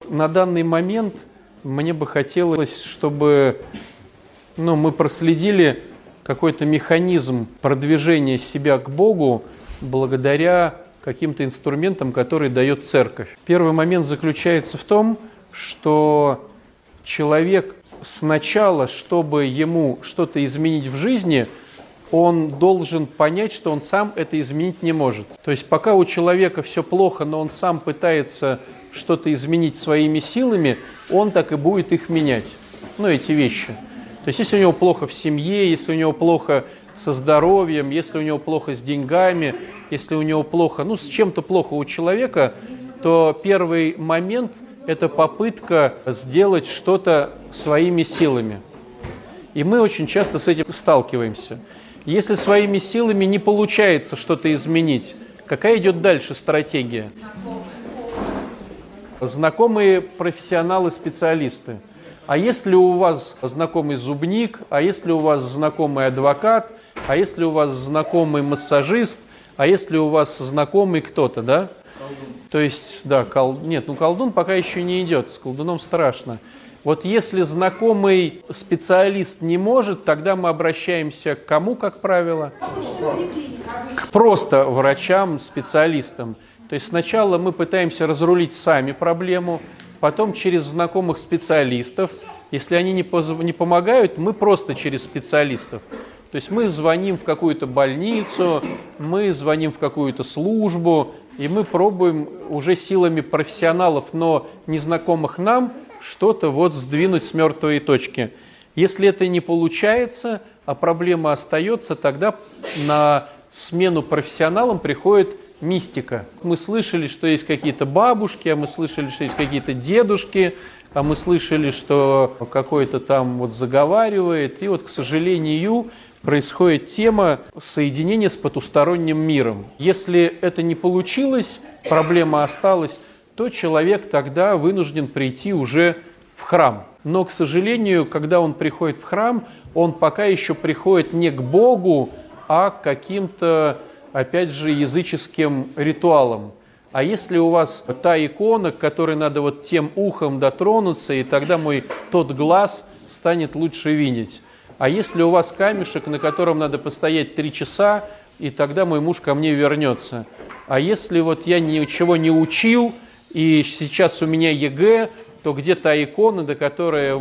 На данный момент мне бы хотелось, чтобы мы проследили какой-то механизм продвижения себя к Богу благодаря каким-то инструментам, которые дает Церковь. Первый момент заключается в том, что человек сначала, чтобы ему что-то изменить в жизни, он должен понять, что он сам это изменить не может. То есть пока у человека все плохо, но он сам пытается что-то изменить своими силами, он так и будет их менять. Эти вещи. То есть если у него плохо в семье, если у него плохо со здоровьем, если у него плохо с деньгами, если у него плохо, с чем-то плохо у человека, то первый момент – это попытка сделать что-то своими силами. И мы очень часто с этим сталкиваемся. Если своими силами не получается что-то изменить, какая идет дальше стратегия? Знакомые профессионалы-специалисты. А если у вас знакомый зубник, а если у вас знакомый адвокат, а если у вас знакомый массажист, а если у вас знакомый кто-то, да? То есть, да, колдун пока еще не идет, с колдуном страшно. Вот если знакомый специалист не может, тогда мы обращаемся к кому, как правило? К просто врачам, специалистам. То есть сначала мы пытаемся разрулить сами проблему, потом через знакомых специалистов. Если они не помогают, мы просто через специалистов. То есть мы звоним в какую-то больницу, мы звоним в какую-то службу, и мы пробуем уже силами профессионалов, но незнакомых нам, что-то сдвинуть с мертвой точки. Если это не получается, а проблема остается, тогда на смену профессионалам приходит мистика. Мы слышали, что есть какие-то бабушки, а мы слышали, что есть какие-то дедушки, а мы слышали, что какой-то там заговаривает. И к сожалению, происходит тема соединения с потусторонним миром. Если это не получилось, проблема осталась, то человек тогда вынужден прийти уже в храм. Но, к сожалению, когда он приходит в храм, он пока еще приходит не к Богу, а к каким-то, опять же, языческим ритуалам. А если у вас та икона, к которой надо тем ухом дотронуться, и тогда тот глаз станет лучше видеть. А если у вас камешек, на котором надо постоять 3 часа, и тогда мой муж ко мне вернется. А если я ничего не учил, и сейчас у меня ЕГЭ, то где та икона, до которой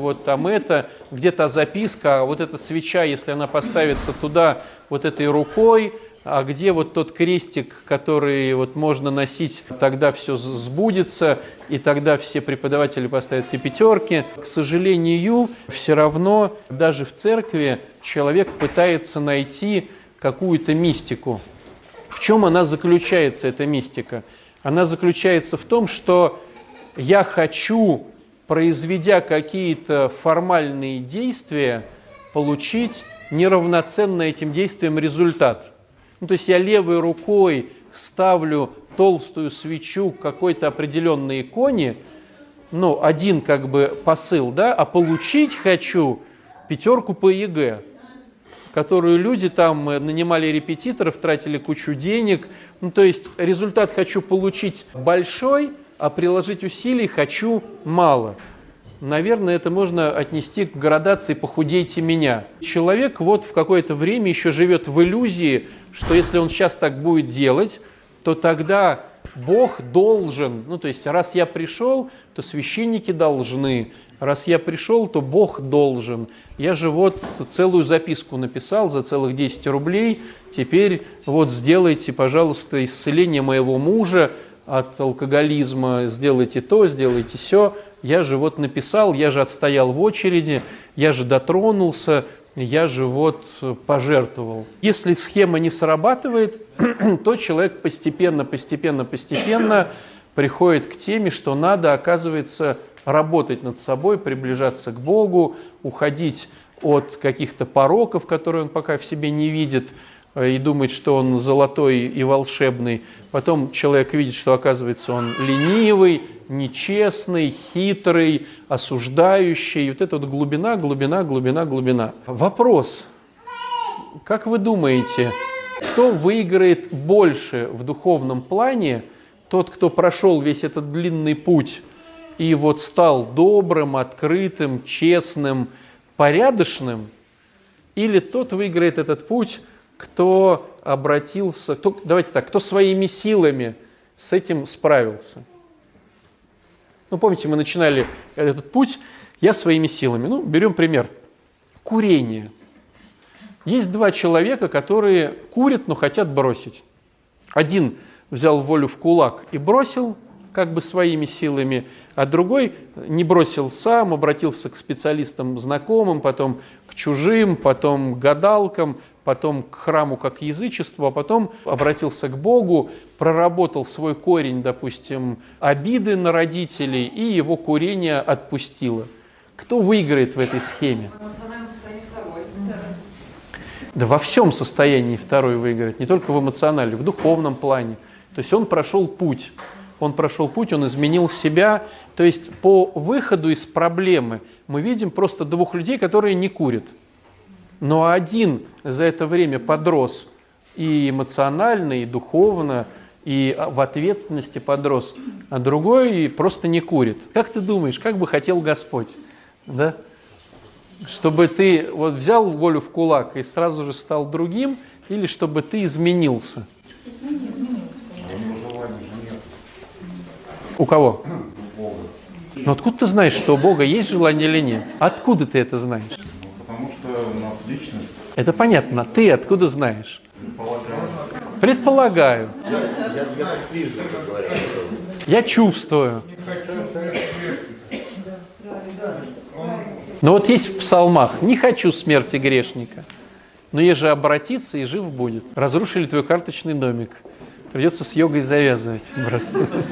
где та записка, а эта свеча, если она поставится туда этой рукой, а где тот крестик, который можно носить, тогда все сбудется, и тогда все преподаватели поставят 5. К сожалению, все равно даже в церкви человек пытается найти какую-то мистику. В чем она заключается, эта мистика? Она заключается в том, что я хочу, произведя какие-то формальные действия, получить неравноценно этим действиям результат. То есть я левой рукой ставлю толстую свечу к какой-то определенной иконе, один посыл, да, а получить хочу 5 по ЕГЭ, которую люди там нанимали репетиторов, тратили кучу денег. То есть результат хочу получить большой, а приложить усилий хочу мало. Наверное, это можно отнести к градации «похудейте меня». Человек в какое-то время еще живет в иллюзии, что если он сейчас так будет делать, то тогда Бог должен, то есть раз я пришел, то священники должны, раз я пришел, то Бог должен. Я же целую записку написал за целых 10 рублей, теперь сделайте, пожалуйста, исцеление моего мужа от алкоголизма, сделайте то, сделайте сё. Я же написал, я же отстоял в очереди, я же дотронулся, я же пожертвовал. Если схема не срабатывает, то человек постепенно приходит к теме, что надо, оказывается, работать над собой, приближаться к Богу, уходить от каких-то пороков, которые он пока в себе не видит, и думает, что он золотой и волшебный. Потом человек видит, что, оказывается, он ленивый, нечестный, хитрый, осуждающий. И это глубина. Вопрос. Как вы думаете, кто выиграет больше в духовном плане? Тот, кто прошел весь этот длинный путь и вот стал добрым, открытым, честным, порядочным, или тот выиграет этот путь, кто обратился, давайте так, кто своими силами с этим справился. Ну, помните, мы начинали этот путь, я своими силами. Ну, берем пример. Курение. Есть два человека, которые курят, но хотят бросить. Один взял волю в кулак и бросил, как бы своими силами, а другой не бросил сам, обратился к специалистам, знакомым, потом к чужим, потом к гадалкам, потом к храму как к язычеству, а потом обратился к Богу, проработал свой корень, допустим, обиды на родителей, и его курение отпустило. Кто выиграет в этой схеме? В эмоциональном состоянии второй. Да во всем состоянии второй выиграет, не только в эмоциональном, в духовном плане. То есть он прошел путь, он изменил себя. То есть по выходу из проблемы мы видим просто двух людей, которые не курят. Но один за это время подрос и эмоционально, и духовно, и в ответственности подрос, а другой просто не курит. Как ты думаешь, как бы хотел Господь? Да? Чтобы ты вот взял волю в кулак и сразу же стал другим, или чтобы ты изменился? У кого? У Бога. Но откуда ты знаешь, что у Бога есть желание или нет? Откуда ты это знаешь? Потому что у нас личность. Это понятно. Ты откуда знаешь? Предполагаю. Я чувствую. Но вот есть в псалмах: «Не хочу смерти грешника, но еже обратиться, и жив будет». Разрушили твой карточный домик. Придется с йогой завязывать, брат.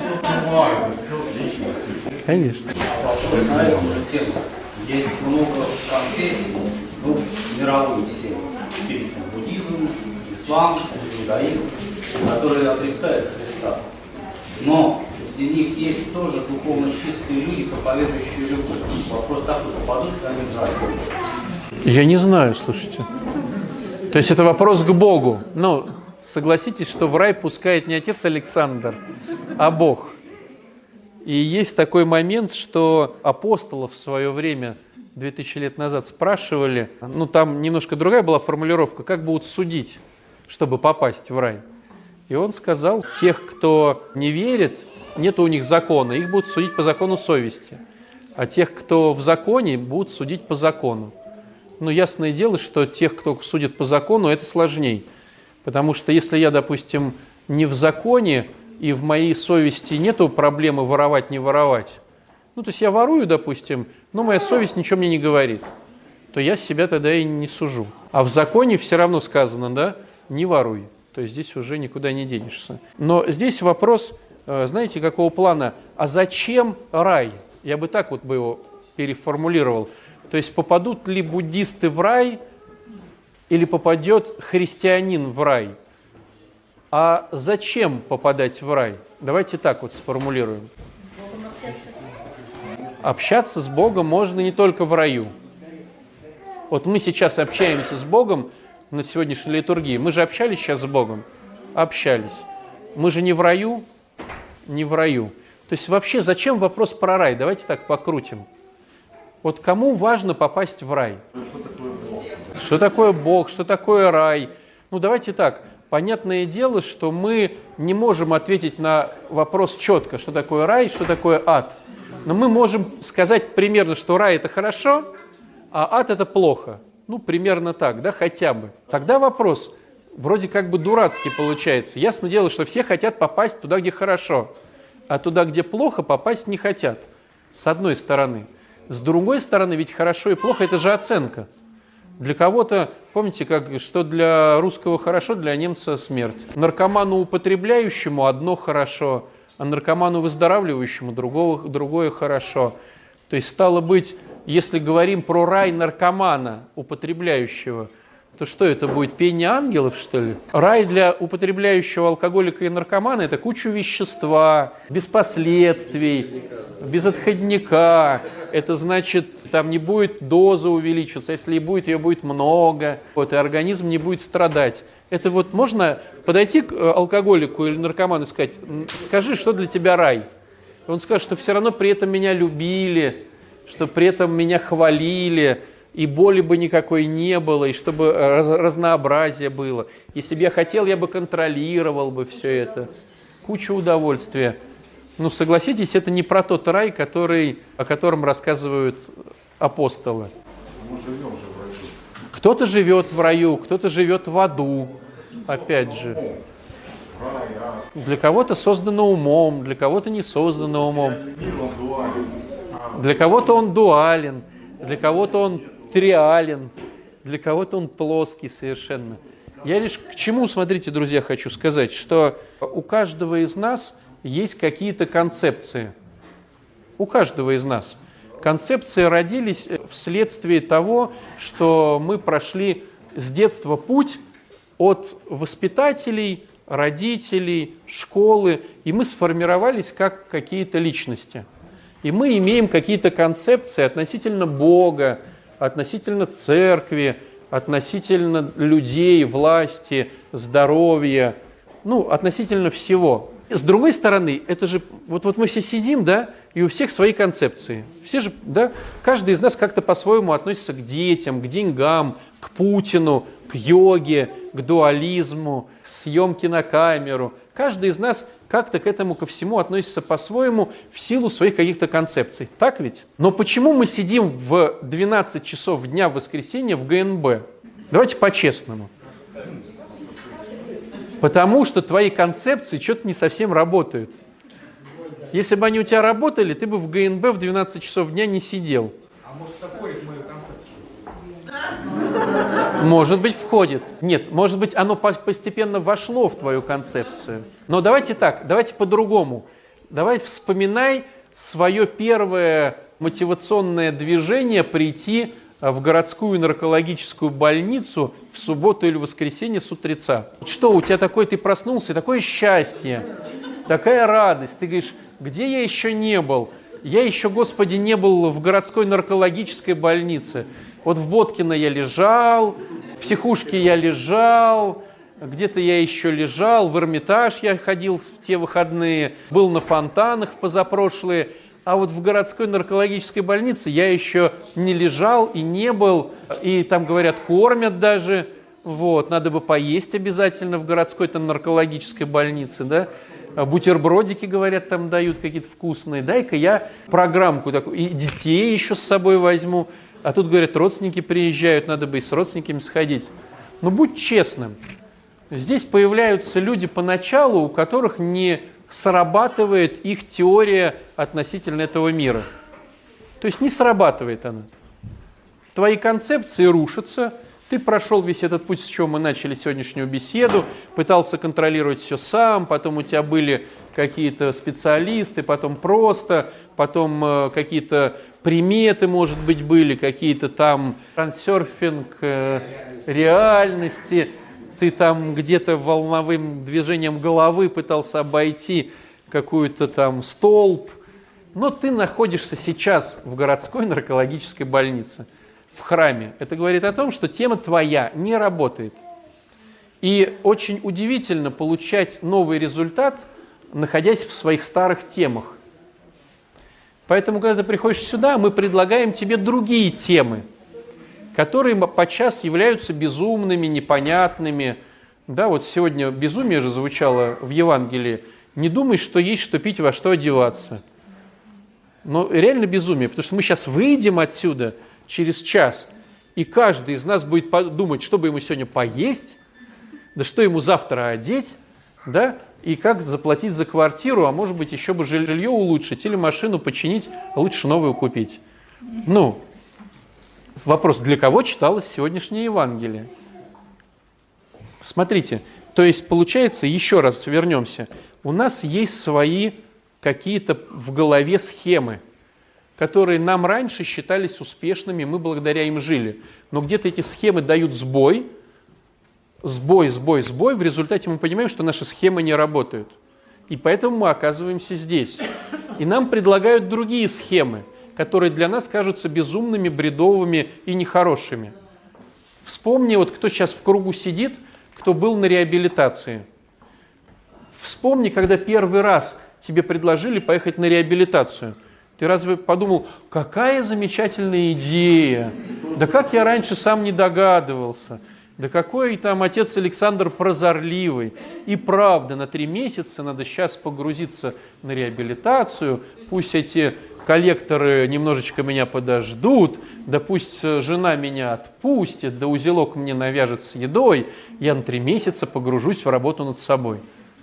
Конечно. На эту же тему есть много конфессий, ну, мировые все, буддизм, ислам, иудаизм, которые отрицают Христа. Но среди них есть тоже духовно чистые люди, проповедующие любовь. Вопрос такой: попадут ли они в рай? Я не знаю, слушайте. То есть это вопрос к Богу. Ну, согласитесь, что в рай пускает не отец Александр, а Бог. И есть такой момент, что апостолов в свое время, 2000 лет назад, спрашивали, ну там немножко другая была формулировка, как будут судить, чтобы попасть в рай. И он сказал: тех, кто не верит, нет у них закона, их будут судить по закону совести. А тех, кто в законе, будут судить по закону. Ну, ясное дело, что тех, кто судит по закону, это сложней. Потому что если я, допустим, не в законе, и в моей совести нету проблемы воровать, не воровать, ну, то есть я ворую, допустим, но моя совесть ничего мне не говорит, то я себя тогда и не сужу. А в законе все равно сказано, да, не воруй. То есть здесь уже никуда не денешься. Но здесь вопрос, знаете, какого плана? А зачем рай? Я бы так вот бы его переформулировал. То есть попадут ли буддисты в рай или попадет христианин в рай? А зачем попадать в рай? Давайте так вот сформулируем. Общаться с Богом можно не только в раю. Вот мы сейчас общаемся с Богом на сегодняшней литургии. Мы же общались сейчас с Богом? Общались. Мы же не в раю? Не в раю. То есть вообще зачем вопрос про рай? Давайте так покрутим. Вот кому важно попасть в рай? Что такое Бог? Что такое рай? Ну давайте так. Понятное дело, что мы не можем ответить на вопрос четко, что такое рай, что такое ад. Но мы можем сказать примерно, что рай – это хорошо, а ад – это плохо. Ну, примерно так, да, хотя бы. Тогда вопрос вроде как бы дурацкий получается. Ясно дело, что все хотят попасть туда, где хорошо, а туда, где плохо, попасть не хотят. С одной стороны. С другой стороны, ведь хорошо и плохо – это же оценка. Для кого-то, помните, что для русского хорошо, для немца смерть. Наркоману употребляющему одно хорошо, а наркоману выздоравливающему другое хорошо. То есть, стало быть, если говорим про рай наркомана, употребляющего, то что это будет, пение ангелов, что ли? Рай для употребляющего алкоголика и наркомана – это куча вещества, без последствий, без отходника. Это значит, там не будет доза увеличиваться, если и будет, ее будет много, вот, и организм не будет страдать. Это вот можно подойти к алкоголику или наркоману и сказать: скажи, что для тебя рай? Он скажет, что все равно при этом меня любили, что при этом меня хвалили, и боли бы никакой не было, и чтобы разнообразие было. Если бы я хотел, я бы контролировал бы все это. Куча удовольствия. Ну, согласитесь, это не про тот рай, о котором рассказывают апостолы. Мы живем же в раю. Кто-то живет в раю, кто-то живет в аду, опять же. Рай, ад. Для кого-то создано умом, для кого-то не создано умом. Мир, он дуален. Для кого-то он дуален, для кого-то он триален, для кого-то он плоский совершенно. Я лишь к чему, смотрите, друзья, хочу сказать, что у каждого из нас есть какие-то концепции. У каждого из нас. Концепции родились вследствие того, что мы прошли с детства путь от воспитателей, родителей, школы, и мы сформировались как какие-то личности. И мы имеем какие-то концепции относительно Бога, относительно церкви, относительно людей, власти, здоровья, ну, относительно всего. С другой стороны, это же, вот мы все сидим, да, и у всех свои концепции. Все же, да, каждый из нас как-то по-своему относится к детям, к деньгам, к Путину, к йоге, к дуализму, к съемке на камеру. Каждый из нас как-то к этому ко всему относится по-своему в силу своих каких-то концепций. Так ведь? Но почему мы сидим в 12 часов дня в воскресенье в ГНБ? Давайте по-честному. Потому что твои концепции что-то не совсем работают. Если бы они у тебя работали, ты бы в ГНБ в 12 часов дня не сидел. А может, входит в мою концепцию? Может быть, входит. Нет, может быть, оно постепенно вошло в твою концепцию. Но давайте так, давайте по-другому. Давай вспоминай свое первое мотивационное движение прийти в городскую наркологическую больницу в субботу или воскресенье с утреца. Что у тебя такое, ты проснулся, такое счастье, такая радость. Ты говоришь, где я еще не был? Я еще, Господи, не был в городской наркологической больнице. Вот в Боткино я лежал, в психушке я лежал, где-то я еще лежал, в Эрмитаж я ходил в те выходные, был на Фонтанах в позапрошлые. А вот в городской наркологической больнице я еще не лежал и не был. И там, говорят, кормят даже. Вот, надо бы поесть обязательно в городской-то наркологической больнице, да. Бутербродики, говорят, там дают какие-то вкусные. Дай-ка я программку такую. И детей еще с собой возьму. А тут, говорят, родственники приезжают, надо бы и с родственниками сходить. Но будь честным. Здесь появляются люди поначалу, у которых не срабатывает их теория относительно этого мира. То есть не срабатывает она. Твои концепции рушатся. Ты прошел весь этот путь, с чего мы начали сегодняшнюю беседу, пытался контролировать все сам, потом у тебя были какие-то специалисты, потом просто, потом какие-то приметы, может быть, были, какие-то там трансерфинг реальности. Ты там где-то волновым движением головы пытался обойти какую-то там столб, но ты находишься сейчас в городской наркологической больнице, в храме. Это говорит о том, что тема твоя не работает. И очень удивительно получать новый результат, находясь в своих старых темах. Поэтому, когда ты приходишь сюда, мы предлагаем тебе другие темы, которые подчас являются безумными, непонятными. Да, вот сегодня безумие же звучало в Евангелии. Не думай, что есть, что пить, во что одеваться. Но реально безумие, потому что мы сейчас выйдем отсюда через час, и каждый из нас будет думать, что бы ему сегодня поесть, да что ему завтра одеть, да, и как заплатить за квартиру, а может быть еще бы жилье улучшить или машину починить, а лучше новую купить. Ну, вопрос, для кого читалось сегодняшнее Евангелие? Смотрите, то есть получается, еще раз вернемся, у нас есть свои какие-то в голове схемы, которые нам раньше считались успешными, мы благодаря им жили. Но где-то эти схемы дают сбой, в результате мы понимаем, что наши схемы не работают. И поэтому мы оказываемся здесь. И нам предлагают другие схемы, которые для нас кажутся безумными, бредовыми и нехорошими. Вспомни, вот кто сейчас в кругу сидит, кто был на реабилитации. Вспомни, когда первый раз тебе предложили поехать на реабилитацию. Ты разве подумал, какая замечательная идея? Да как я раньше сам не догадывался? Да какой там отец Александр прозорливый. И правда, на 3 месяца надо сейчас погрузиться на реабилитацию, пусть эти коллекторы немножечко меня подождут, да пусть жена меня отпустит, да узелок мне навяжет с едой, я на 3 месяца погружусь в работу над собой.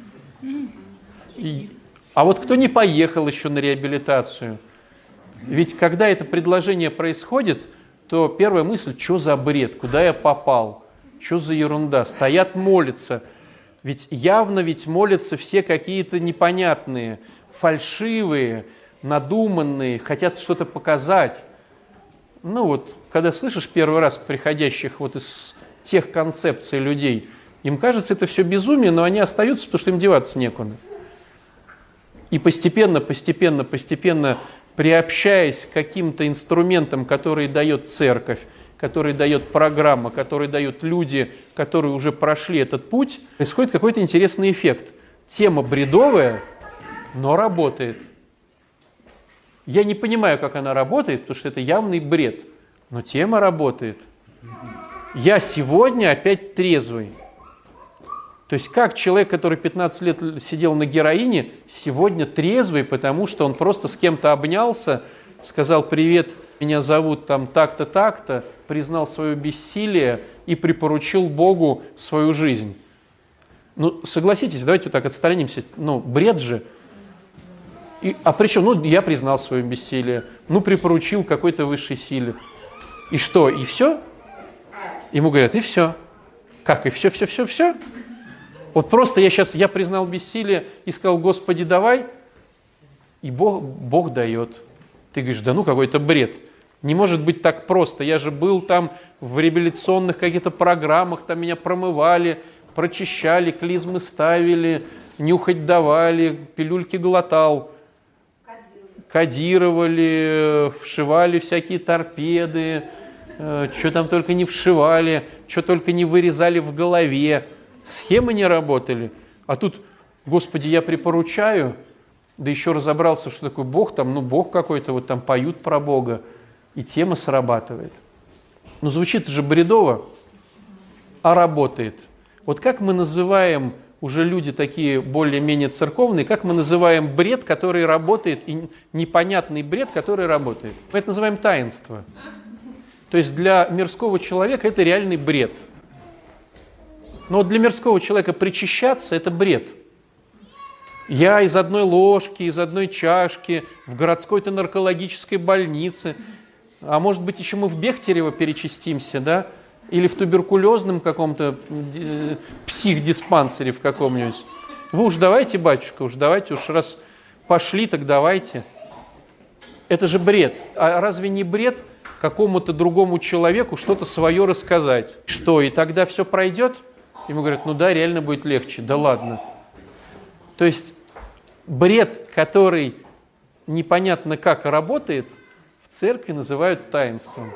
А вот кто не поехал еще на реабилитацию? Ведь когда это предложение происходит, то первая мысль, что за бред, куда я попал, что за ерунда, стоят, молятся. Ведь явно молятся все какие-то непонятные, фальшивые, надуманные, хотят что-то показать. Ну вот, когда слышишь первый раз приходящих вот из тех концепций людей, им кажется это все безумие, но они остаются, потому что им деваться некуда. И постепенно, приобщаясь к каким-то инструментам, которые дает церковь, которые дает программа, которые дают люди, которые уже прошли этот путь, происходит какой-то интересный эффект. Тема бредовая, но работает. Я не понимаю, как она работает, потому что это явный бред, но тема работает. Я сегодня опять трезвый. То есть как человек, который 15 лет сидел на героине, сегодня трезвый, потому что он просто с кем-то обнялся, сказал «Привет, меня зовут там так-то, так-то», признал свое бессилие и припоручил Богу свою жизнь. Ну, согласитесь, давайте вот так отстранимся. Ну, бред же. А причем, ну, я признал свое бессилие, ну, припоручил какой-то высшей силе. И что, и все? Ему говорят, и все. Как, и все? Вот просто я признал бессилие и сказал, Господи, давай, и Бог дает. Ты говоришь, да ну какой-то бред. Не может быть так просто. Я же был там в реабилитационных каких-то программах, там меня промывали, прочищали, клизмы ставили, нюхать давали, пилюльки глотал, кодировали, вшивали всякие торпеды, что там только не вшивали, что только не вырезали в голове. Схемы не работали. А тут, Господи, я припоручаю, да еще разобрался, что такое Бог, там, ну, Бог какой-то, вот там поют про Бога, и тема срабатывает. Ну, звучит же бредово, а работает. Вот как мы называем, уже люди такие более-менее церковные, как мы называем бред, который работает, и непонятный бред, который работает? Мы это называем таинство. То есть для мирского человека это реальный бред. Но для мирского человека причащаться – это бред. Я из одной ложки, из одной чашки, в городской-то наркологической больнице, а может быть, еще мы в Бехтерево перечастимся, да? Или в туберкулезном каком-то психдиспансере в каком-нибудь. Вы уж давайте, батюшка, уж раз пошли, так давайте. Это же бред. А разве не бред какому-то другому человеку что-то свое рассказать? Что, и тогда все пройдет? Ему говорят, ну да, реально будет легче. Да ладно. То есть бред, который непонятно как работает, в церкви называют таинством.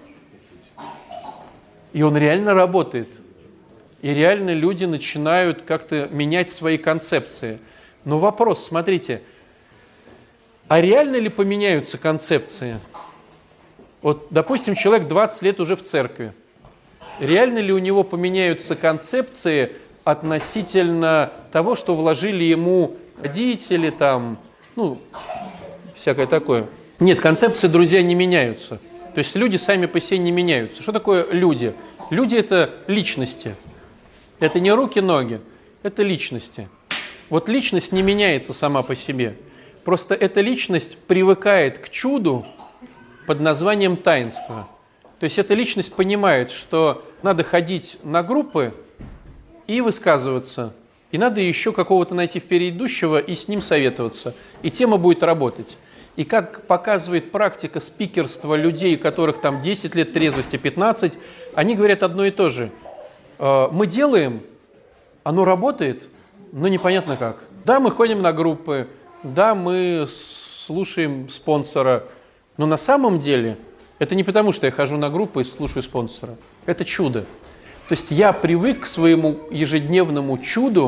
И он реально работает. И реально люди начинают как-то менять свои концепции. Но вопрос, смотрите, а реально ли поменяются концепции? Вот, допустим, человек 20 лет уже в церкви. Реально ли у него поменяются концепции относительно того, что вложили ему родители, там, ну, всякое такое? Нет, концепции, друзья, не меняются. То есть люди сами по себе не меняются. Что такое люди? Люди – это личности. Это не руки-ноги, это личности. Вот личность не меняется сама по себе. Просто эта личность привыкает к чуду под названием таинство. То есть эта личность понимает, что надо ходить на группы и высказываться. И надо еще какого-то найти впереди идущего и с ним советоваться. И тема будет работать. И как показывает практика спикерства людей, у которых там 10 лет трезвости, 15, они говорят одно и то же. Мы делаем, оно работает, но непонятно как. Да, мы ходим на группы, да, мы слушаем спонсора, но на самом деле это не потому, что я хожу на группы и слушаю спонсора. Это чудо. То есть я привык к своему ежедневному чуду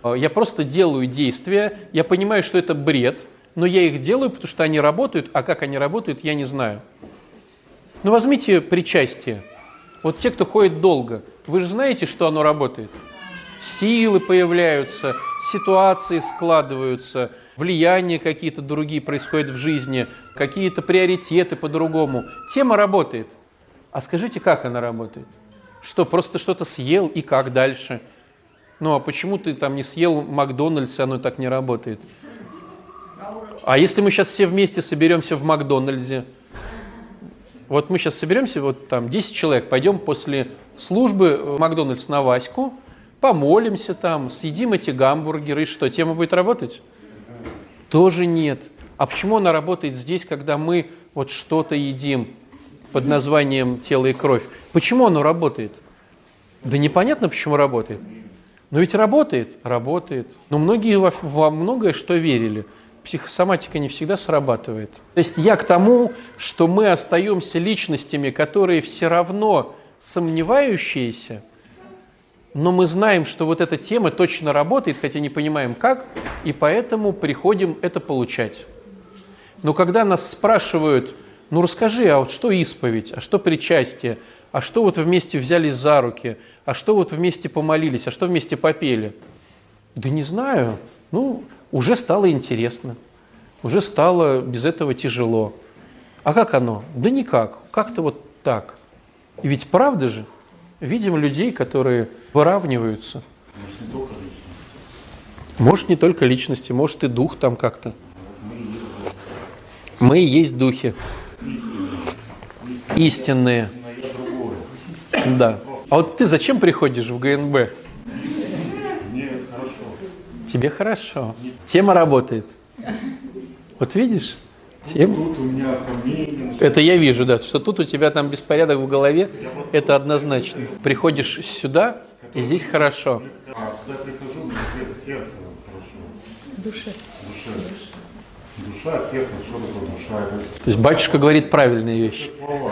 Я просто делаю действия, я понимаю, что это бред, но я их делаю, потому что они работают, а как они работают, я не знаю. Ну, возьмите причастие. Вот те, кто ходит долго, вы же знаете, что оно работает. Силы появляются, ситуации складываются, влияния какие-то другие происходят в жизни, какие-то приоритеты по-другому. Тема работает. А скажите, как она работает? Что, просто что-то съел и как дальше? Ну, а почему ты там не съел Макдональдс, оно так не работает? А если мы сейчас все вместе соберемся в Макдональдсе? Вот мы сейчас соберемся, вот там 10 человек, пойдем после службы в Макдональдс на Ваську, помолимся там, съедим эти гамбургеры, и что, тема будет работать? Тоже нет. А почему она работает здесь, когда мы вот что-то едим под названием тело и кровь? Почему оно работает? Да непонятно, почему работает. Но ведь работает, работает. Но многие во многое что верили. Психосоматика не всегда срабатывает. То есть я к тому, что мы остаемся личностями, которые все равно сомневающиеся, но мы знаем, что вот эта тема точно работает, хотя не понимаем как, и поэтому приходим это получать. Но когда нас спрашивают, ну расскажи, а вот что исповедь, а что причастие, а что вот вместе взялись за руки, а что вот вместе помолились, а что вместе попели? Да не знаю, ну уже стало интересно, уже стало без этого тяжело. А как оно? Да никак, как-то вот так. И ведь правда же, видим людей, которые выравниваются. Может, не только личность. Может, не только личности, может, и дух там как-то. Мы и есть духи. Истинные. Да. А вот ты зачем приходишь в ГНБ? Мне хорошо. Тебе хорошо. Тема работает. Вот видишь? Тема. Тут у меня сомнения. Это я вижу, да, что тут у тебя там беспорядок в голове. Это однозначно. Приходишь сюда, и здесь хорошо. А сюда прихожу, мне сердце хорошо. Душе. Душа, сердце, что такое душа? Это То есть батюшка говорит правильные вещи. слова.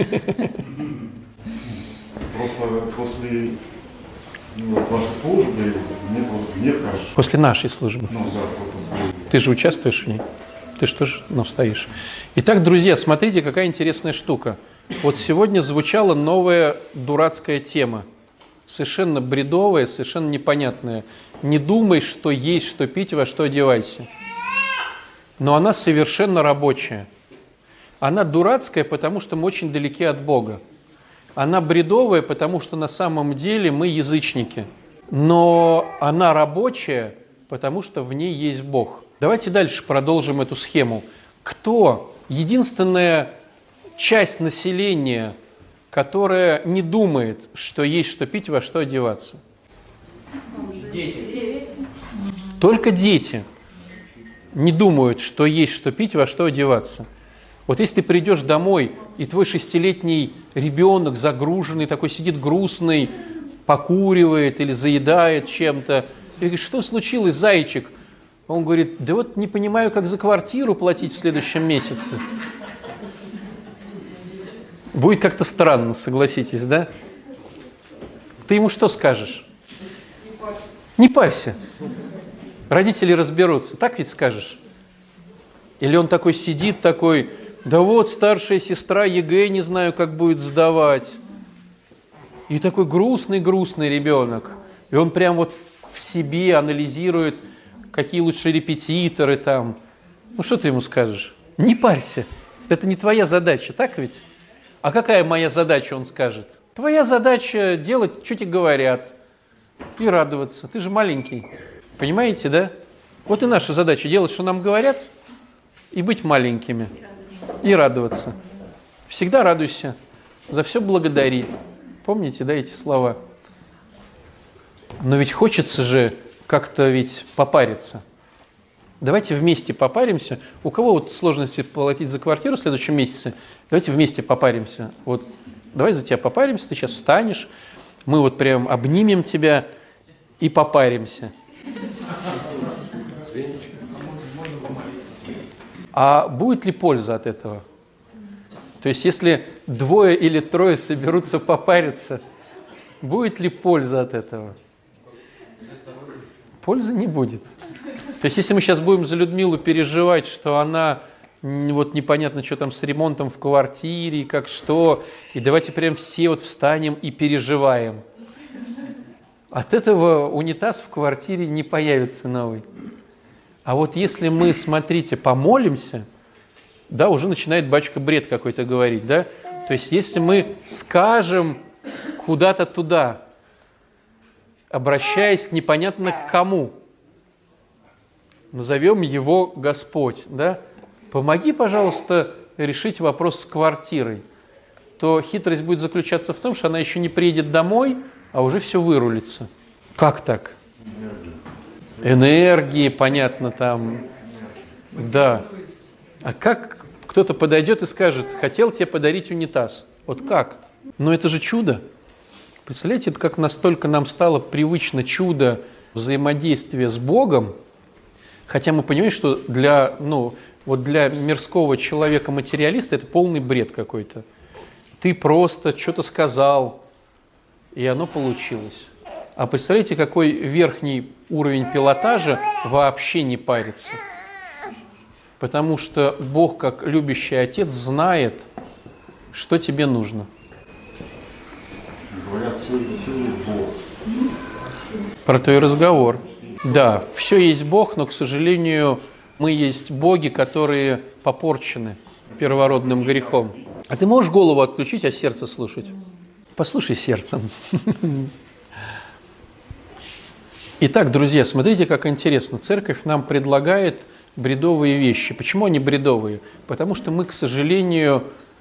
Просто после вот, вашей службы мне хорошо. После нашей службы. Ну да, после. Ты же участвуешь в ней. Ты же тоже стоишь. Итак, друзья, смотрите, какая интересная штука. Вот сегодня звучала новая дурацкая тема. Совершенно бредовая, совершенно непонятная. Не думай, что есть, что пить, во что одевайся. Но она совершенно рабочая. Она дурацкая, потому что мы очень далеки от Бога. Она бредовая, потому что на самом деле мы язычники. Но она рабочая, потому что в ней есть Бог. Давайте дальше продолжим эту схему. Кто единственная часть населения, которая не думает, что есть что пить, во что одеваться? Дети. Только дети не думают, что есть что пить, во что одеваться. Вот если ты придешь домой, и твой 6-летний ребенок загруженный, такой сидит грустный, покуривает или заедает чем-то, и говоришь, что случилось, зайчик? Он говорит, да вот не понимаю, как за квартиру платить в следующем месяце. Будет как-то странно, согласитесь, да? Ты ему что скажешь? Не парься. Родители разберутся, так ведь скажешь? Или он такой сидит, такой, да вот старшая сестра ЕГЭ не знаю, как будет сдавать. И такой грустный ребенок. И он прям вот в себе анализирует, какие лучше репетиторы там. Ну что ты ему скажешь? Не парься, это не твоя задача, так ведь? А какая моя задача, он скажет? Твоя задача делать, что тебе говорят, и радоваться. Ты же маленький. Понимаете, да? Вот и наша задача делать, что нам говорят, и быть маленькими, и радоваться. Всегда радуйся, за все благодари. Помните, да, эти слова? Но ведь хочется же как-то ведь попариться. Давайте вместе попаримся. У кого вот сложности платить за квартиру в следующем месяце? Давайте вместе попаримся. Вот, давай за тебя попаримся, ты сейчас встанешь, мы вот прям обнимем тебя и попаримся. А будет ли польза от этого? То есть, если 2 или 3 соберутся попариться, будет ли польза от этого? Пользы не будет. То есть, если мы сейчас будем за Людмилу переживать, что она вот непонятно, что там с ремонтом в квартире, как что, и давайте прям все вот встанем и переживаем. От этого унитаз в квартире не появится новый. А вот если мы, смотрите, помолимся, да, уже начинает батюшка бред какой-то говорить, да? То есть, если мы скажем куда-то туда, обращаясь к непонятно к кому, назовем его Господь, да? Помоги, пожалуйста, решить вопрос с квартирой. То хитрость будет заключаться в том, что она еще не приедет домой, а уже все вырулится. Как так? Энергии, понятно, там. Да. А как кто-то подойдет и скажет: хотел тебе подарить унитаз? Вот как? Но это же чудо. Представляете, это как настолько нам стало привычно чудо взаимодействия с Богом, хотя мы понимаем, что для мирского человека-материалиста это полный бред какой-то. Ты просто что-то сказал, и оно получилось. А представляете, какой верхний уровень пилотажа вообще не парится? Потому что Бог, как любящий Отец, знает, что тебе нужно. Говорят, все есть Бог. Про то и разговор. Да, все есть Бог, но, к сожалению, мы есть боги, которые попорчены первородным грехом. А ты можешь голову отключить, а сердце слушать? Послушай сердцем. Итак, друзья, смотрите, как интересно. Церковь нам предлагает бредовые вещи. Почему они бредовые? Потому что мы, к сожалению,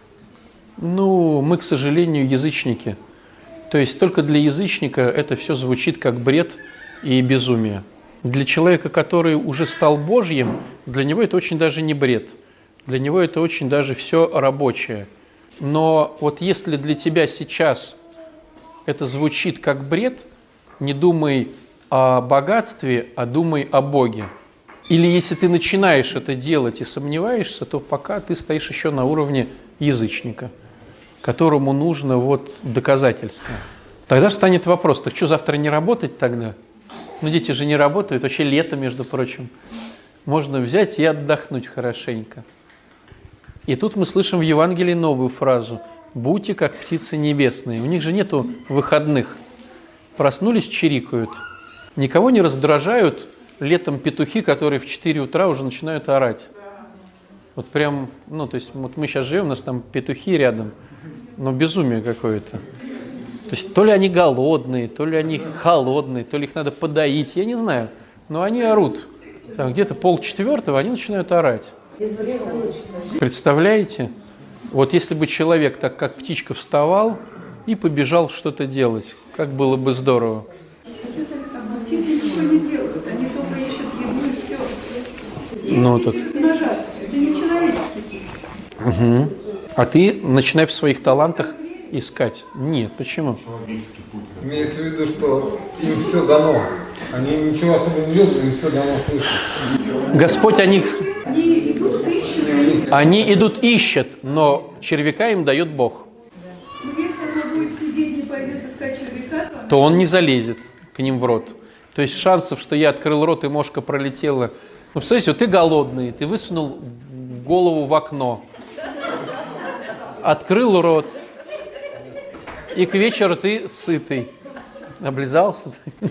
язычники. То есть только для язычника это все звучит как бред и безумие. Для человека, который уже стал Божьим, для него это очень даже не бред. Для него это очень даже все рабочее. Но вот если для тебя сейчас это звучит как бред, не думай о богатстве, а думай о Боге. Или если ты начинаешь это делать и сомневаешься, то пока ты стоишь еще на уровне язычника, которому нужно вот доказательство. Тогда встанет вопрос: так что, завтра не работать тогда? Ну, дети же не работают, вообще лето, между прочим. Можно взять и отдохнуть хорошенько. И тут мы слышим в Евангелии новую фразу: «Будьте как птицы небесные». У них же нету выходных. Проснулись, чирикают. Никого не раздражают летом петухи, которые в 4 утра уже начинают орать. Вот прям, то есть вот мы сейчас живем, у нас там петухи рядом, но безумие какое-то. То есть то ли они голодные, то ли они холодные, то ли их надо подоить, я не знаю. Но они орут. Там где-то 3:30 они начинают орать. Представляете? Вот если бы человек так, как птичка, вставал и побежал что-то делать, как было бы здорово. Птицы ничего не делают, они только ищут еду и все. Ну, так. Размножаться. Это не человеческий путь. Угу. А ты начинай в своих талантах искать. Нет, почему? Имеется в виду, что им все дано. Они ничего особо не делают, им все дано слышать. Господь Они идут, ищут. Они идут, ищут, но червяка им дает Бог. Но если она будет сидеть, не пойдет искать червяка, То он не залезет к ним в рот. То есть шансов, что я открыл рот и мошка пролетела. Ну, представляете, вот ты голодный, ты высунул голову в окно, открыл рот, и к вечеру ты сытый. Облизался?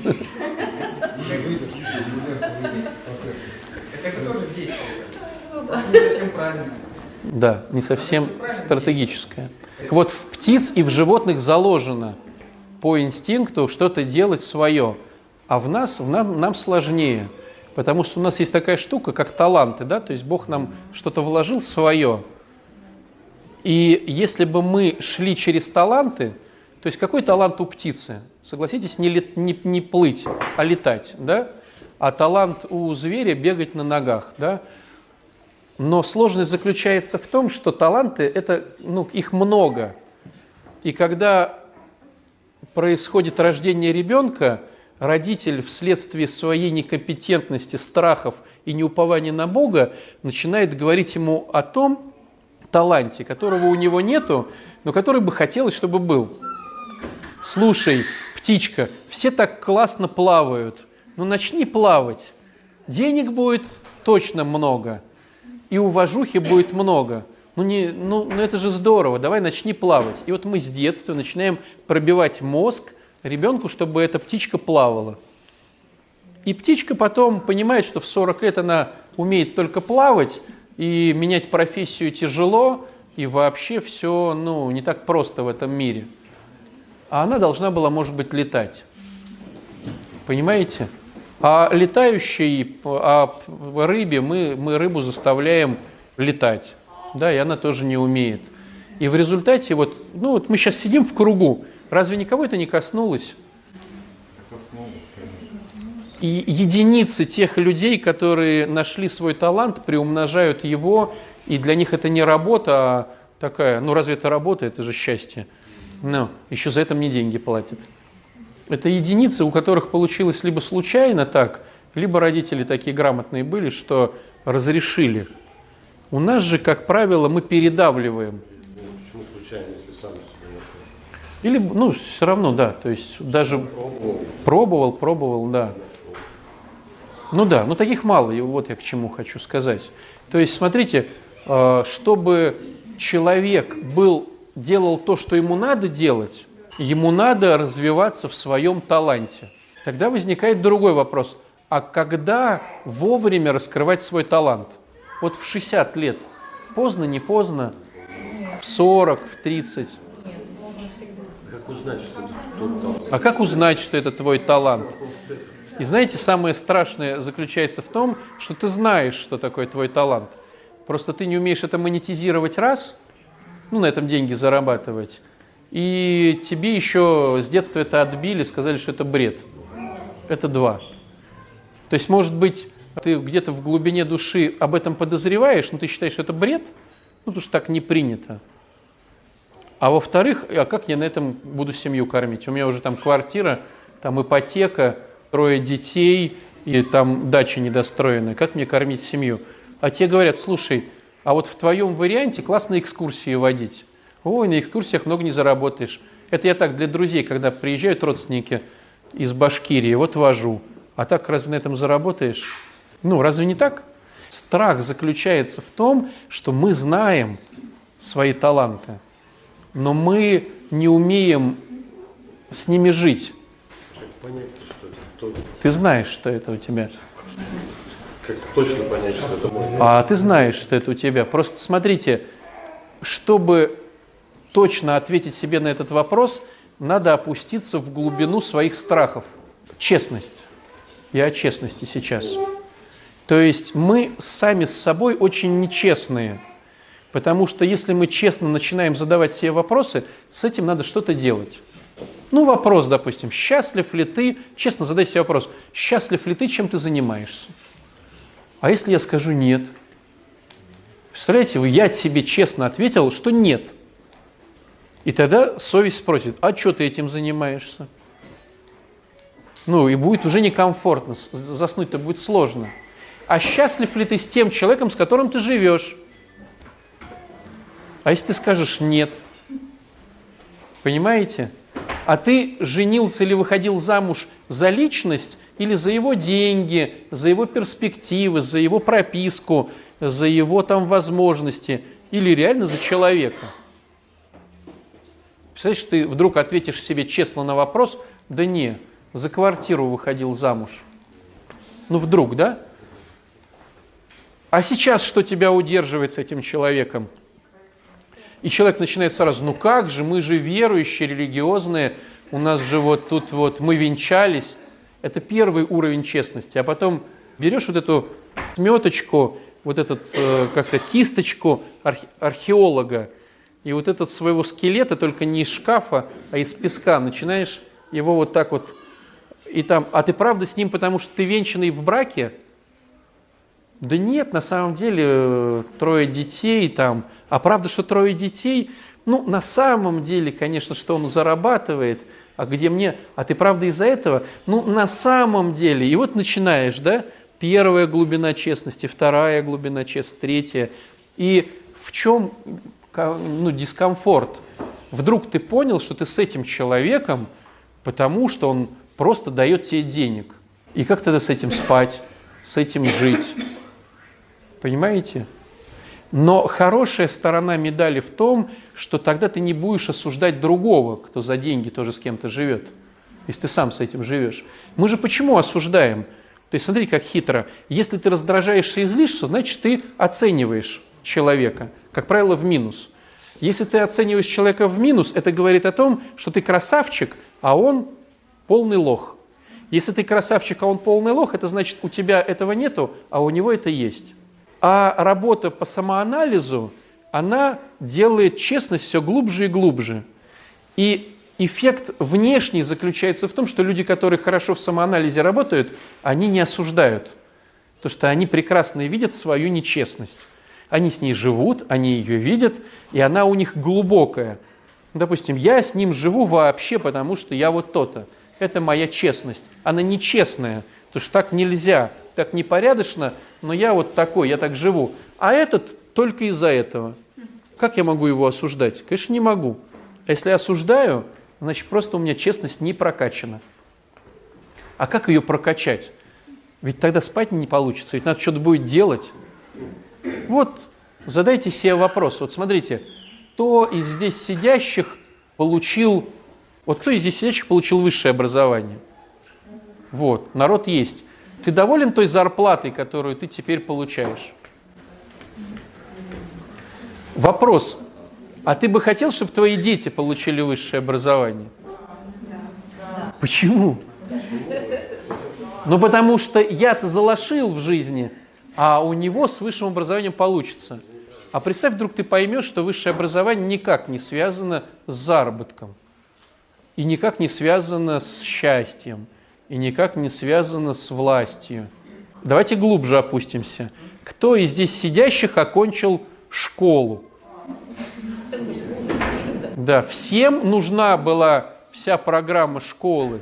Да, не совсем стратегическое. Так вот, в птиц и в животных заложено по инстинкту что-то делать свое, а нам сложнее, потому что у нас есть такая штука, как таланты, да, то есть Бог нам что-то вложил свое. И если бы мы шли через таланты, то есть какой талант у птицы? Согласитесь, не плыть, а летать, да? А талант у зверя бегать на ногах, да? Но сложность заключается в том, что таланты, их много. И когда происходит рождение ребенка, родитель вследствие своей некомпетентности, страхов и неупования на Бога начинает говорить ему о том таланте, которого у него нету, но который бы хотелось, чтобы был. Слушай, птичка, все так классно плавают, Ну, начни плавать. Денег будет точно много. И уважухи будет много. Ну, это же здорово, давай начни плавать. И вот мы с детства начинаем пробивать мозг ребенку, чтобы эта птичка плавала. И птичка потом понимает, что в 40 лет она умеет только плавать, и менять профессию тяжело, и вообще все не так просто в этом мире. А она должна была, может быть, летать. Понимаете? А рыбе мы рыбу заставляем летать. Да, и она тоже не умеет. И в результате вот мы сейчас сидим в кругу. Разве никого это не коснулось? И единицы тех людей, которые нашли свой талант, приумножают его, и для них это не работа, а такая, разве это работа, это же счастье. Но еще за это мне деньги платят. Это единицы, у которых получилось либо случайно так, либо родители такие грамотные были, что разрешили. У нас же, как правило, мы передавливаем. Почему случайно, если сам себя нашел? Или, все равно, да, то есть даже пробовал, да. Таких мало, и вот я к чему хочу сказать. То есть, смотрите, чтобы человек делал то, что ему надо делать, ему надо развиваться в своем таланте. Тогда возникает другой вопрос. А когда вовремя раскрывать свой талант? Вот в 60 лет. Поздно, не поздно? В 40, в 30? Как узнать, что это тот талант? А как узнать, что это твой талант? И знаете, самое страшное заключается в том, что ты знаешь, что такое твой талант. Просто ты не умеешь это монетизировать раз, на этом деньги зарабатывать, и тебе еще с детства это отбили, сказали, что это бред. Это два. То есть, может быть, ты где-то в глубине души об этом подозреваешь, но ты считаешь, что это бред, потому что так не принято. А во-вторых, а как я на этом буду семью кормить? У меня уже там квартира, там ипотека, 3 детей, и там дача недостроенная. Как мне кормить семью? А те говорят, слушай, а вот в твоем варианте классно экскурсии водить. Ой, на экскурсиях много не заработаешь. Это я так для друзей, когда приезжают родственники из Башкирии, вот вожу. А так разве на этом заработаешь? Разве не так? Страх заключается в том, что мы знаем свои таланты, но мы не умеем с ними жить. Как понять, что это тот? Ты знаешь, что это у тебя. Как точно понять, что это мой? А ты знаешь, что это у тебя. Просто смотрите, чтобы точно ответить себе на этот вопрос, надо опуститься в глубину своих страхов. Честность. Я о честности сейчас. То есть мы сами с собой очень нечестные. Потому что если мы честно начинаем задавать себе вопросы, с этим надо что-то делать. Вопрос, допустим, счастлив ли ты, честно задай себе вопрос, счастлив ли ты, чем ты занимаешься? А если я скажу нет? Представляете, я себе честно ответил, что нет. И тогда совесть спросит, а что ты этим занимаешься? И будет уже некомфортно, заснуть-то будет сложно. А счастлив ли ты с тем человеком, с которым ты живешь? А если ты скажешь нет? Понимаете? А ты женился или выходил замуж за личность или за его деньги, за его перспективы, за его прописку, за его возможности, или реально за человека? Представляешь, ты вдруг ответишь себе честно на вопрос, да не, за квартиру выходил замуж. Вдруг, да? А сейчас что тебя удерживает с этим человеком? И человек начинает сразу, как же, мы же верующие, религиозные, у нас же вот тут мы венчались. Это первый уровень честности. А потом берешь вот эту сметочку, вот эту, кисточку археолога, и вот этот своего скелета, только не из шкафа, а из песка, начинаешь его вот так вот, а ты правда с ним, потому что ты венчанный в браке? Да нет, на самом деле 3 детей там. А правда, что 3 детей? На самом деле, конечно, что он зарабатывает, а где мне? А ты правда из-за этого? На самом деле. И вот начинаешь, да? 1 глубина честности, 2 глубина честности, 3. И в чем дискомфорт? Вдруг ты понял, что ты с этим человеком, потому что он просто дает тебе денег. И как тогда с этим спать, с этим жить? Понимаете? Но хорошая сторона медали в том, что тогда ты не будешь осуждать другого, кто за деньги тоже с кем-то живет, если ты сам с этим живешь. Мы же почему осуждаем? То есть смотри, как хитро. Если ты раздражаешься и злишься, значит, ты оцениваешь человека, как правило, в минус. Если ты оцениваешь человека в минус, это говорит о том, что ты красавчик, а он полный лох. Если ты красавчик, а он полный лох, это значит, у тебя этого нету, а у него это есть. А работа по самоанализу, она делает честность все глубже и глубже. И эффект внешний заключается в том, что люди, которые хорошо в самоанализе работают, они не осуждают. Потому что они прекрасно видят свою нечестность. Они с ней живут, они ее видят, и она у них глубокая. Допустим, я с ним живу вообще, потому что я вот то-то. Это моя честность. Она нечестная, потому что так нельзя, так непорядочно, но я вот такой, я так живу. А этот только из-за этого. Как я могу его осуждать? Конечно, не могу. А если я осуждаю, значит, просто у меня честность не прокачана. А как ее прокачать? Ведь тогда спать не получится, ведь надо что-то будет делать. Вот, задайте себе вопрос. Вот смотрите, кто из здесь сидящих получил высшее образование? Вот, народ есть. Ты доволен той зарплатой, которую ты теперь получаешь? Вопрос. А ты бы хотел, чтобы твои дети получили высшее образование? Почему? Ну, потому что я-то залошил в жизни, а у него с высшим образованием получится. А представь, вдруг ты поймешь, что высшее образование никак не связано с заработком, и никак не связано с счастьем, и никак не связано с властью. Давайте глубже опустимся. Кто из здесь сидящих окончил школу? Да, всем нужна была вся программа школы.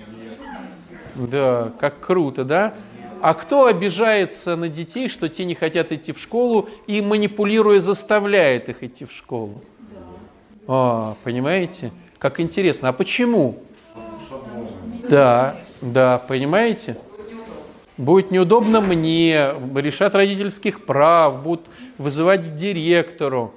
Да, как круто, да? А кто обижается на детей, что те не хотят идти в школу и, манипулируя, заставляет их идти в школу? Понимаете? Как интересно. А почему? Да, понимаете? Будет неудобно мне, решат родительских прав, будут вызывать к директору.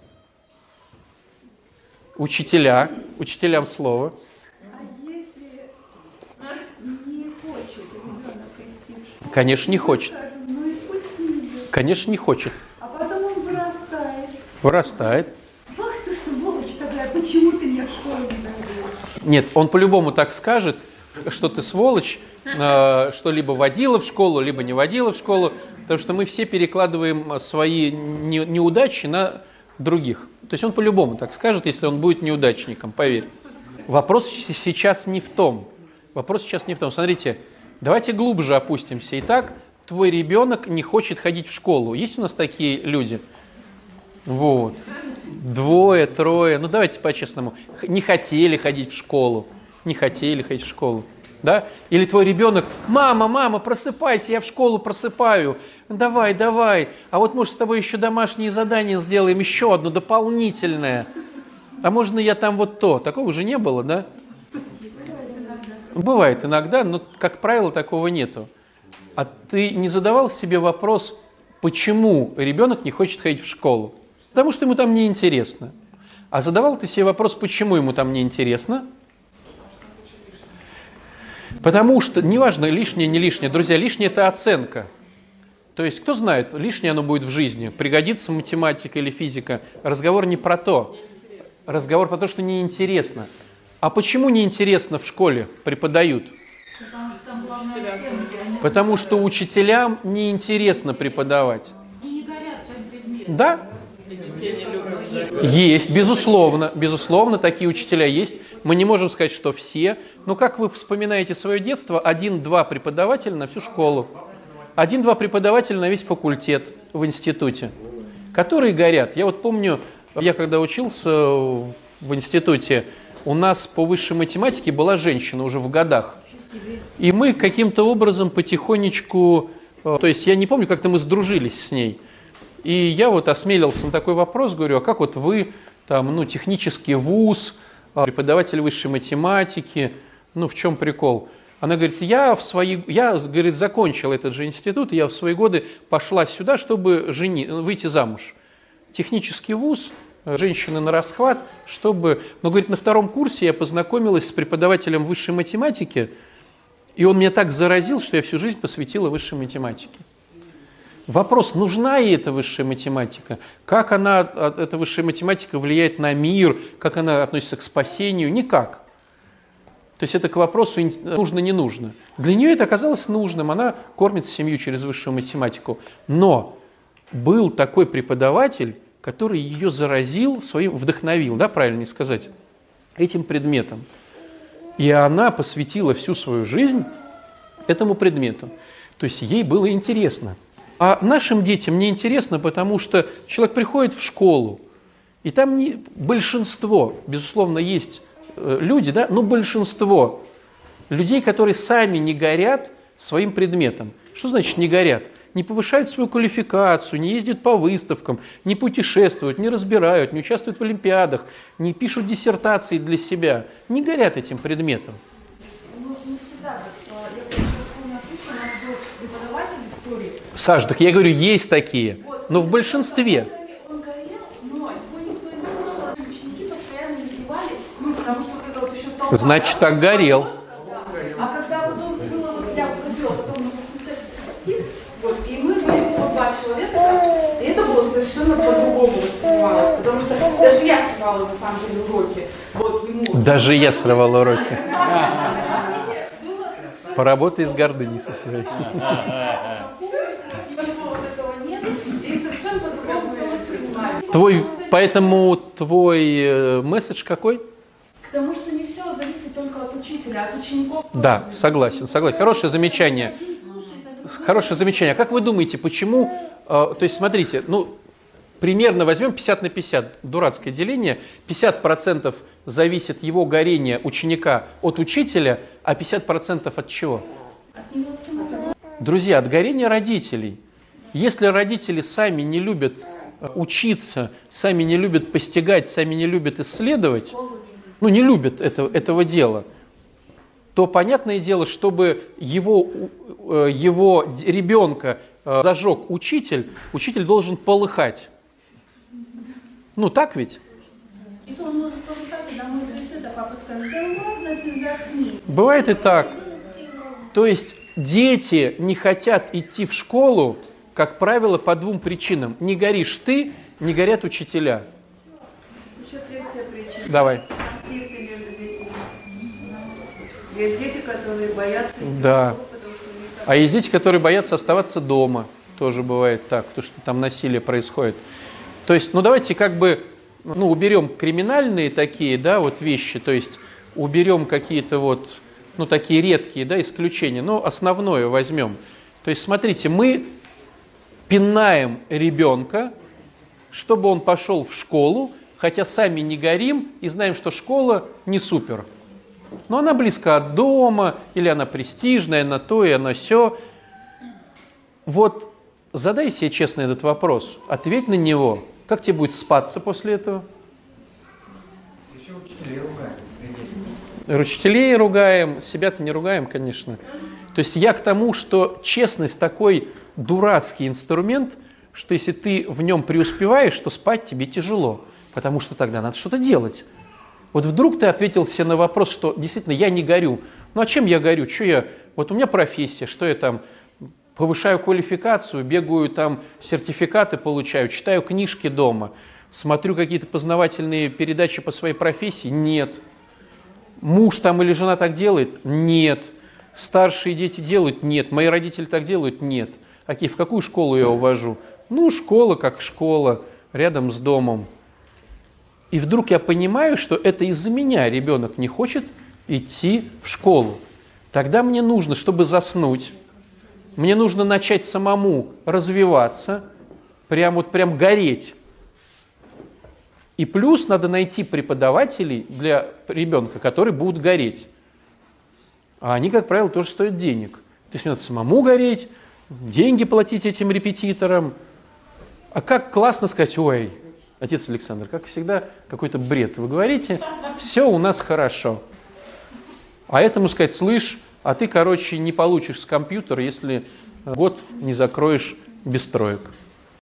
Учителям слово. А если не хочет ребенок идти в школу? Конечно, не хочет. Скажем, ну и пусть не идет. Конечно, не хочет. А потом он вырастает. Вырастает. Ах ты сволочь такая, почему ты меня в школу не довел? Нет, он по-любому так скажет, что ты сволочь, что либо водила в школу, либо не водила в школу, потому что мы все перекладываем свои неудачи на других. То есть он по-любому так скажет, если он будет неудачником, поверь. Вопрос сейчас не в том. Смотрите, давайте глубже опустимся. Итак, твой ребенок не хочет ходить в школу. Есть у нас такие люди? Вот. 2, 3, ну давайте по-честному. Не хотели ходить в школу. Да? Или твой ребенок: мама, просыпайся, я в школу просыпаю. Давай. А вот, может, с тобой еще домашнее задание сделаем, еще одно дополнительное. А можно я там вот то? Такого же не было, да? Бывает иногда, но, как правило, такого нету. А ты не задавал себе вопрос, почему ребенок не хочет ходить в школу? Потому что ему там неинтересно. А задавал ты себе вопрос, почему ему там неинтересно? Потому что, неважно, лишнее, не лишнее, друзья, лишнее – это оценка. То есть, кто знает, лишнее оно будет в жизни, пригодится математика или физика. Разговор не про то. Разговор про то, что неинтересно. А почему неинтересно в школе преподают? Потому что учителям неинтересно преподавать. Да? Есть, безусловно, такие учителя есть. Мы не можем сказать, что все. Но как вы вспоминаете свое детство, 1-2 преподавателя на всю школу, 1-2 преподавателя на весь факультет в институте, которые горят. Я вот помню, я когда учился в институте, у нас по высшей математике была женщина уже в годах. И мы каким-то образом потихонечку, то есть я не помню, как-то мы сдружились с ней. И я вот осмелился на такой вопрос, говорю: а как вот вы, там, технический вуз, преподаватель высшей математики, в чем прикол? Она говорит, я, говорит, закончила этот же институт, и я в свои годы пошла сюда, чтобы выйти замуж. Технический вуз, женщины на расхват, чтобы... Но, говорит, на втором курсе я познакомилась с преподавателем высшей математики, и он меня так заразил, что я всю жизнь посвятила высшей математике. Вопрос, нужна ей эта высшая математика? Как эта высшая математика влияет на мир? Как она относится к спасению? Никак. То есть это к вопросу нужно-не нужно. Для нее это оказалось нужным. Она кормит семью через высшую математику. Но был такой преподаватель, который ее заразил, вдохновил, да, правильнее сказать, этим предметом. И она посвятила всю свою жизнь этому предмету. То есть ей было интересно. А нашим детям не интересно, потому что человек приходит в школу, и там большинство, безусловно, есть люди, да, но большинство людей, которые сами не горят своим предметом. Что значит не горят? Не повышают свою квалификацию, не ездят по выставкам, не путешествуют, не разбирают, не участвуют в олимпиадах, не пишут диссертации для себя, не горят этим предметом. Ну, не всегда. Я сейчас вспомнила случай, у нас был преподаватель истории. Саш, так я говорю, есть такие, но в большинстве. Он горел, но его никто не слышал, ученики постоянно издевались, потому что это вот еще толпа. Значит, так горел. А когда вот он было, вот я выходила потом на факультет тих, вот, и мы были всего 2 человека, и это было совершенно по-другому воспринималось, потому что даже я срывала на самом деле уроки. Вот ему. Даже я срывал уроки. Поработай с гордыней со своей. Поэтому твой месседж какой? К тому, что не все зависит только от учителя, от учеников. Да, согласен. Хорошее замечание. Хорошее замечание. А как вы думаете, почему? То есть, смотрите, примерно возьмем 50 на 50, дурацкое деление. 50% зависит его горение ученика от учителя, а 50% от чего? Друзья, от горения родителей. Если родители сами не любят учиться, сами не любят постигать, сами не любят исследовать, не любят этого дела, то понятное дело, чтобы его ребенка зажег учитель должен полыхать. Так ведь? И то он может полыхать, и домой придет, а папа скажет, да ладно, ты заткнись. Бывает и так. То есть дети не хотят идти в школу, как правило, по 2 причинам. Не горишь ты, не горят учителя. Еще 3-я причина. Давай. Конфликты между детьми. Есть дети, которые боятся идти Да. в школу, потому что у них там... А есть дети, которые боятся оставаться дома. Тоже бывает так, потому что там насилие происходит. То есть, давайте уберем криминальные такие, да, вещи, то есть уберем какие-то такие редкие, да, исключения, но основное возьмем. То есть, смотрите, мы пинаем ребенка, чтобы он пошел в школу, хотя сами не горим и знаем, что школа не супер. Но она близко от дома, или она престижная, она то и она сё. Задай себе честно этот вопрос, ответь на него. Как тебе будет спаться после этого? Еще учителей ругаем. Учителей ругаем, себя-то не ругаем, конечно. То есть я к тому, что честность такой дурацкий инструмент, что если ты в нем преуспеваешь, то спать тебе тяжело, потому что тогда надо что-то делать. Вдруг ты ответил себе на вопрос, что действительно я не горю. А чем я горю? Что я? У меня профессия, что я там повышаю квалификацию, бегаю там, сертификаты получаю, читаю книжки дома, смотрю какие-то познавательные передачи по своей профессии? Нет. Муж там или жена так делает? Нет. Старшие дети делают? Нет. Мои родители так делают? Нет. В какую школу я увожу? Школа как школа, рядом с домом. И вдруг я понимаю, что это из-за меня ребенок не хочет идти в школу. Тогда мне нужно, чтобы заснуть, мне нужно начать самому развиваться, прям гореть. И плюс надо найти преподавателей для ребенка, которые будут гореть. А они, как правило, тоже стоят денег. То есть мне надо самому гореть, деньги платить этим репетиторам. А как классно сказать, ой, отец Александр, как всегда, какой-то бред. Вы говорите, все у нас хорошо. А этому сказать, слышь, а ты, короче, не получишь с компьютера, если год не закроешь без троек.